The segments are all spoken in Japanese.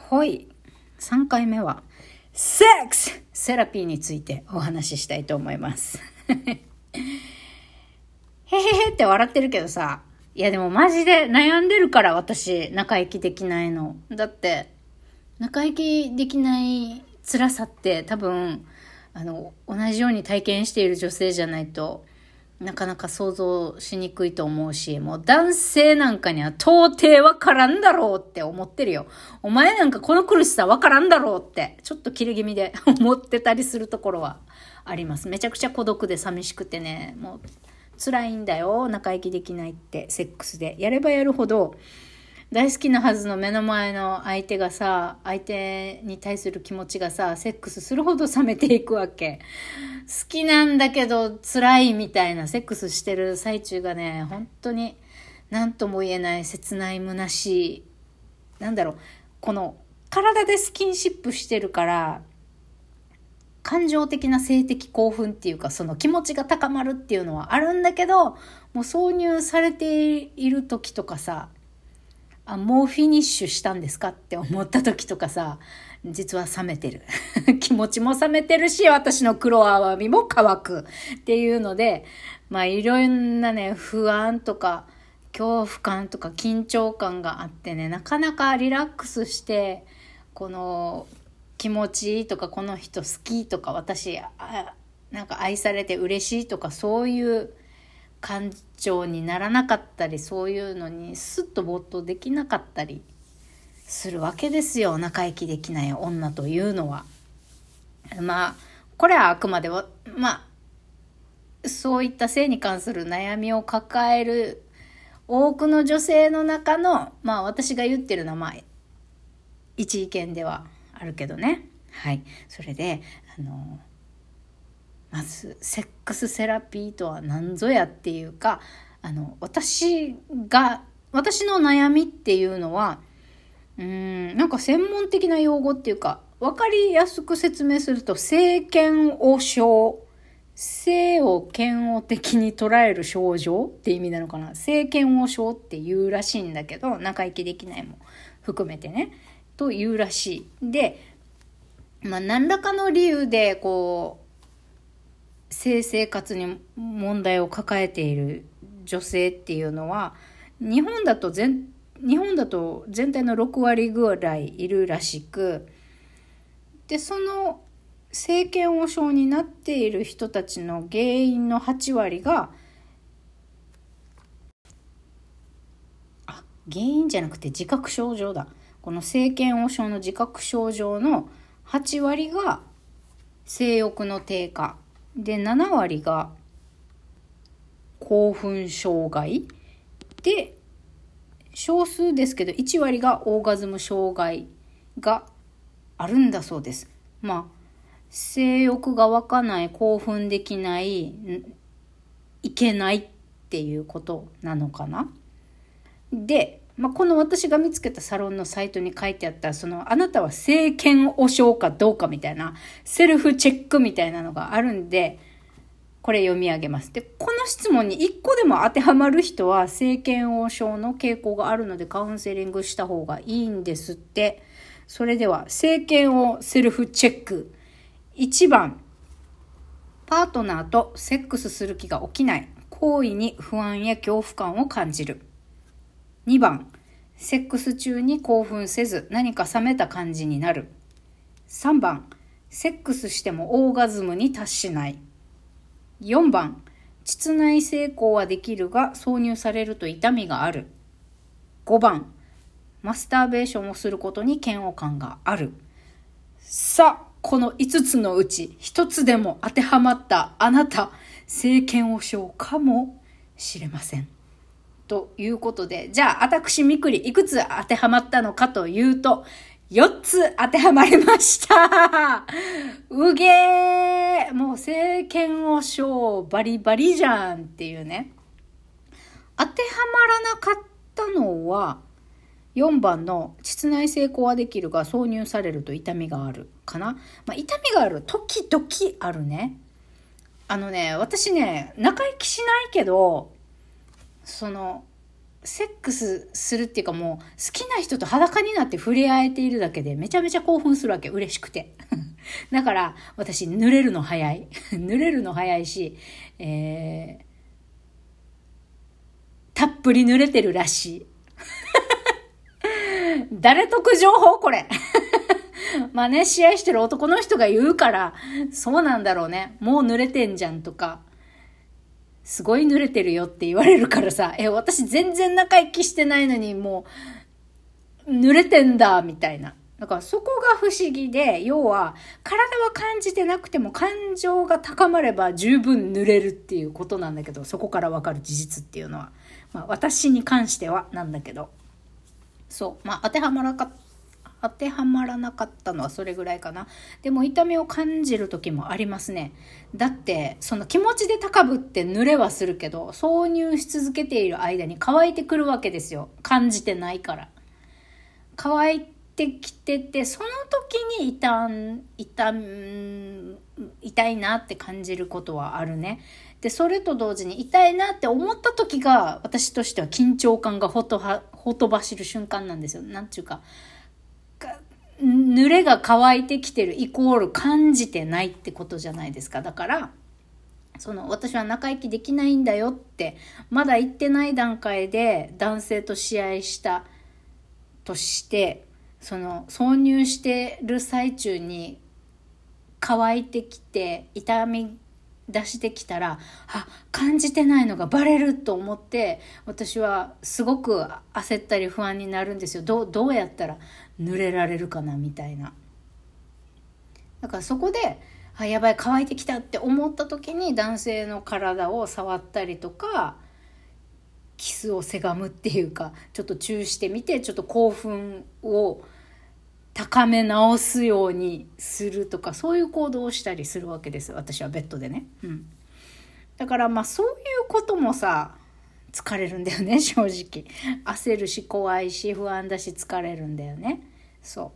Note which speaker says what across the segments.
Speaker 1: ほい。3回目は、セックスセラピーについてお話ししたいと思います。へへへって笑ってるけどさ、いやでもマジで悩んでるから私、仲良きできないの。だって、仲良きできない辛さって多分、同じように体験している女性じゃないと、なかなか想像しにくいと思うし、もう男性なんかには到底わからんだろうって思ってるよ。お前なんかこの苦しさわからんだろうって、ちょっと切れ気味で思ってたりするところはあります。めちゃくちゃ孤独で寂しくてね、もう辛いんだよ、仲良きできないって、セックスで。やればやるほど、大好きなはずの目の前の相手がさ、相手に対する気持ちがさ、セックスするほど冷めていくわけ。好きなんだけど辛いみたいなセックスしてる最中がね、本当に何とも言えない切ない虚しい、なんだろう、この体でスキンシップしてるから、感情的な性的興奮っていうか、その気持ちが高まるっていうのはあるんだけど、もう挿入されている時とかさ、もうフィニッシュしたんですかって思った時とかさ、実は冷めてる。気持ちも冷めてるし、私の黒アワビも乾くっていうので、まあいろんなね、不安とか恐怖感とか緊張感があってね、なかなかリラックスして、この気持ちいいとか、この人好きとか、私なんか愛されて嬉しいとか、そういう感情にならなかったり、そういうのにスッと没頭できなかったりするわけですよ。仲良きできない女というのは。まあこれはあくまではそういった性に関する悩みを抱える多くの女性の中の、私が言ってるのは一意見ではあるけどね。はい。それでまずセックスセラピーとは何ぞやっていうか、私の悩みっていうのはなんか専門的な用語っていうか、わかりやすく説明すると、性嫌悪症、性を嫌悪的に捉える症状って意味なのかな。性嫌悪症って言うらしいんだけど、仲良きできないも含めてねと言うらしい。で、何らかの理由で性生活に問題を抱えている女性っていうのは、日本だと全体の6割ぐらいいるらしく、でその性嫌悪症になっている人たちの原因の8割が原因じゃなくて自覚症状だ。この性嫌悪症の自覚症状の8割が性欲の低下で、7割が興奮障害で、少数ですけど1割がオーガズム障害があるんだそうです。性欲が湧かない、興奮できない、いけないっていうことなのかな。で、この私が見つけたサロンのサイトに書いてあった、あなたは性嫌悪症かどうかみたいなセルフチェックみたいなのがあるんで、これ読み上げます。で、この質問に1個でも当てはまる人は性嫌悪症の傾向があるのでカウンセリングした方がいいんですって。それでは性嫌悪セルフチェック。1番、パートナーとセックスする気が起きない。行為に不安や恐怖感を感じる。2番、セックス中に興奮せず何か冷めた感じになる。3番、セックスしてもオーガズムに達しない。4番、膣内性交はできるが挿入されると痛みがある。5番、マスターベーションをすることに嫌悪感がある。さあ、この5つのうち1つでも当てはまったあなた、性嫌悪症かもしれません。ということで、じゃあ私みくりいくつ当てはまったのかというと、4つ当てはまりました。うげー、もう性嫌悪症バリバリじゃんっていうね。当てはまらなかったのは4番の膣内性交はできるが挿入されると痛みがあるかな。痛みがある時々あるね。私ね、仲良きしないけど、 セックスするっていうか、もう好きな人と裸になって触れ合えているだけでめちゃめちゃ興奮するわけ。嬉しくて。だから私濡れるの早い。濡れるの早いし、たっぷり濡れてるらしい。誰得情報これ。まあね、試合してる男の人が言うから、そうなんだろうね。もう濡れてんじゃんとか、すごい濡れてるよって言われるからさ、私全然仲良きしてないのにもう濡れてんだみたいな。だからそこが不思議で、要は体は感じてなくても感情が高まれば十分濡れるっていうことなんだけど、そこからわかる事実っていうのは、まあ私に関してはなんだけど、そう、まあ当てはまらなかったのはそれぐらいかな。でも痛みを感じる時もありますね。だってその気持ちで高ぶって濡れはするけど、挿入し続けている間に乾いてくるわけですよ。感じてないから。乾いてきてて、その時に痛いなって感じることはあるね。で、それと同時に痛いなって思った時が、私としては緊張感がほとばしる瞬間なんですよ。なんていうか、濡れが乾いてきてるイコール感じてないってことじゃないですか。だから私は仲良きできないんだよってまだ言ってない段階で男性と試合したとして、挿入してる最中に乾いてきて痛み出してきたら、感じてないのがバレると思って、私はすごく焦ったり不安になるんですよ。どうやったら濡れられるかなみたいな。だからそこでやばい乾いてきたって思った時に男性の体を触ったりとか、キスをせがむっていうか、ちょっとチューしてみて、ちょっと興奮を高め直すようにするとか、そういう行動をしたりするわけです。私はベッドでね。だからまあそういうこともさ、疲れるんだよね、正直。焦るし怖いし不安だし疲れるんだよね。そう。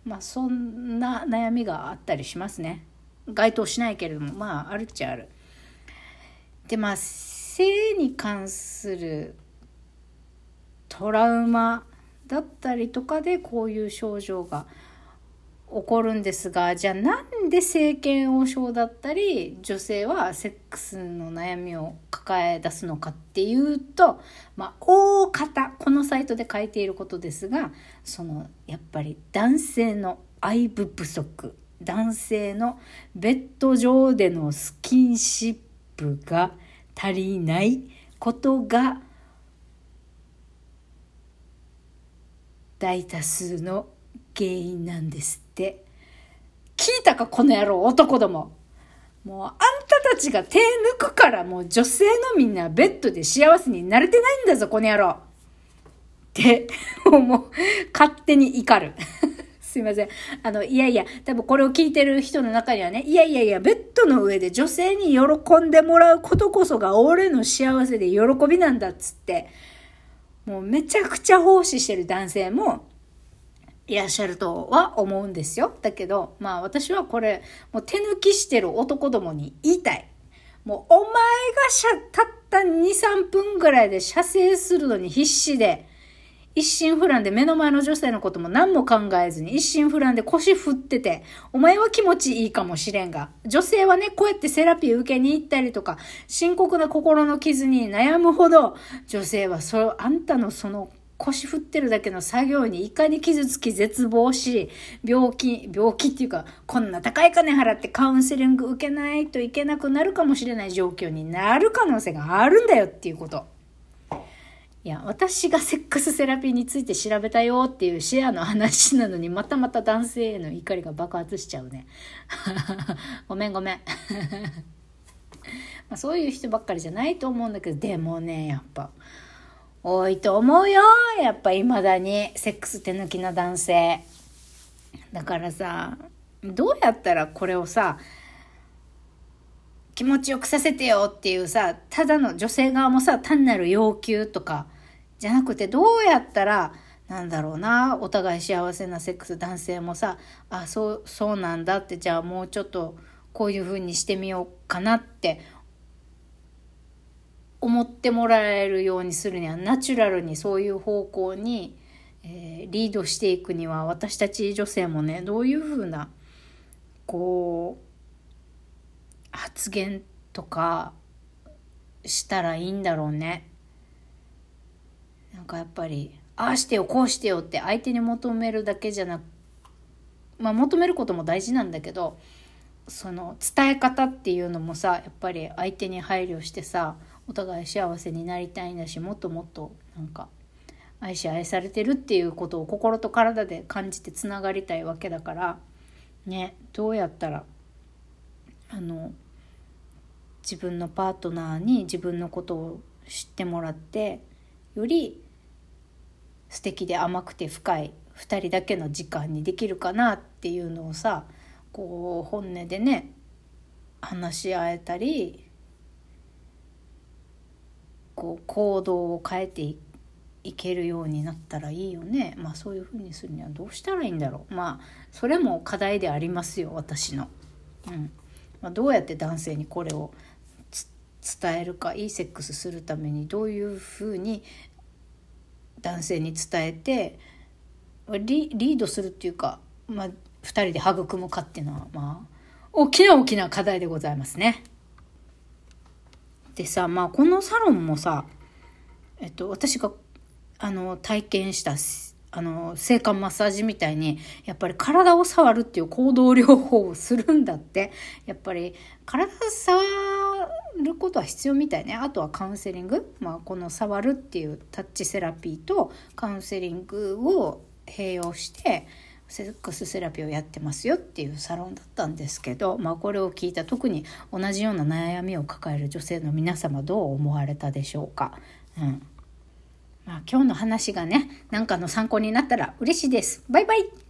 Speaker 1: まあそんな悩みがあったりしますね。該当しないけれども、まああるっちゃある。でまあ性に関するトラウマだったりとかでこういう症状が起こるんですが、じゃあなんで性嫌悪症だったり女性はセックスの悩みを抱え出すのかっていうと、大方このサイトで書いていることですが、やっぱり男性の愛撫不足、男性のベッド上でのスキンシップが足りないことが大多数の原因なんですって。聞いたかこの野郎、男ども。もうあんたたちが手抜くからもう女性のみんなベッドで幸せになれてないんだぞこの野郎ってもう勝手に怒るすいません。多分これを聞いてる人の中にはね、ベッドの上で女性に喜んでもらうことこそが俺の幸せで喜びなんだっつって、もうめちゃくちゃ奉仕してる男性もいらっしゃるとは思うんですよ。だけど、私はこれ、もう手抜きしてる男どもに言いたい。もうお前がたった2、3分ぐらいで射精するのに必死で、一心不乱で目の前の女性のことも何も考えずに一心不乱で腰振ってて、お前は気持ちいいかもしれんが、女性はね、こうやってセラピー受けに行ったりとか、深刻な心の傷に悩むほど、女性はあんたの腰振ってるだけの作業にいかに傷つき絶望し、病気っていうか、こんな高い金払ってカウンセリング受けないといけなくなるかもしれない状況になる可能性があるんだよっていうこと。いや、私がセックスセラピーについて調べたよっていうシェアの話なのに、また男性への怒りが爆発しちゃうね。ごめん。そういう人ばっかりじゃないと思うんだけど、でもね、やっぱ、多いと思うよ。やっぱ未だにセックス手抜きな男性。だからさ、どうやったらこれをさ、気持ちよくさせてよっていうさ、ただの女性側もさ、単なる要求とか、じゃなくてどうやったら、お互い幸せなセックス、男性もさ、そうなんだって、じゃあもうちょっとこういう風にしてみようかなって思ってもらえるようにするには、ナチュラルにそういう方向に、リードしていくには、私たち女性もね、どういうふうなこう発言とかしたらいいんだろうね。なんかやっぱりああしてよこうしてよって相手に求めるだけじゃなく、求めることも大事なんだけど、その伝え方っていうのもさ、やっぱり相手に配慮してさ、お互い幸せになりたいんだし、もっともっとなんか愛し愛されてるっていうことを心と体で感じてつながりたいわけだからね。どうやったら自分のパートナーに自分のことを知ってもらって、より素敵で甘くて深い2人だけの時間にできるかなっていうのをさ、こう本音でね話し合えたり、こう行動を変えていけるようになったらいいよね。そういう風にするにはどうしたらいいんだろう。それも課題でありますよ、私の。どうやって男性にこれを伝えるか、いいセックスするためにどういう風に男性に伝えてリードするっていうか、2人で育むかっていうのは大きな課題でございますね。でさ、このサロンもさ、私が体験した性感マッサージみたいに、やっぱり体を触るっていう行動療法をするんだって。やっぱり体を触ることは必要みたいね。あとはカウンセリング、この触るっていうタッチセラピーとカウンセリングを併用してセックスセラピーをやってますよっていうサロンだったんですけど、これを聞いた特に同じような悩みを抱える女性の皆様、どう思われたでしょうか。今日の話がね、なんかの参考になったら嬉しいです。バイバイ。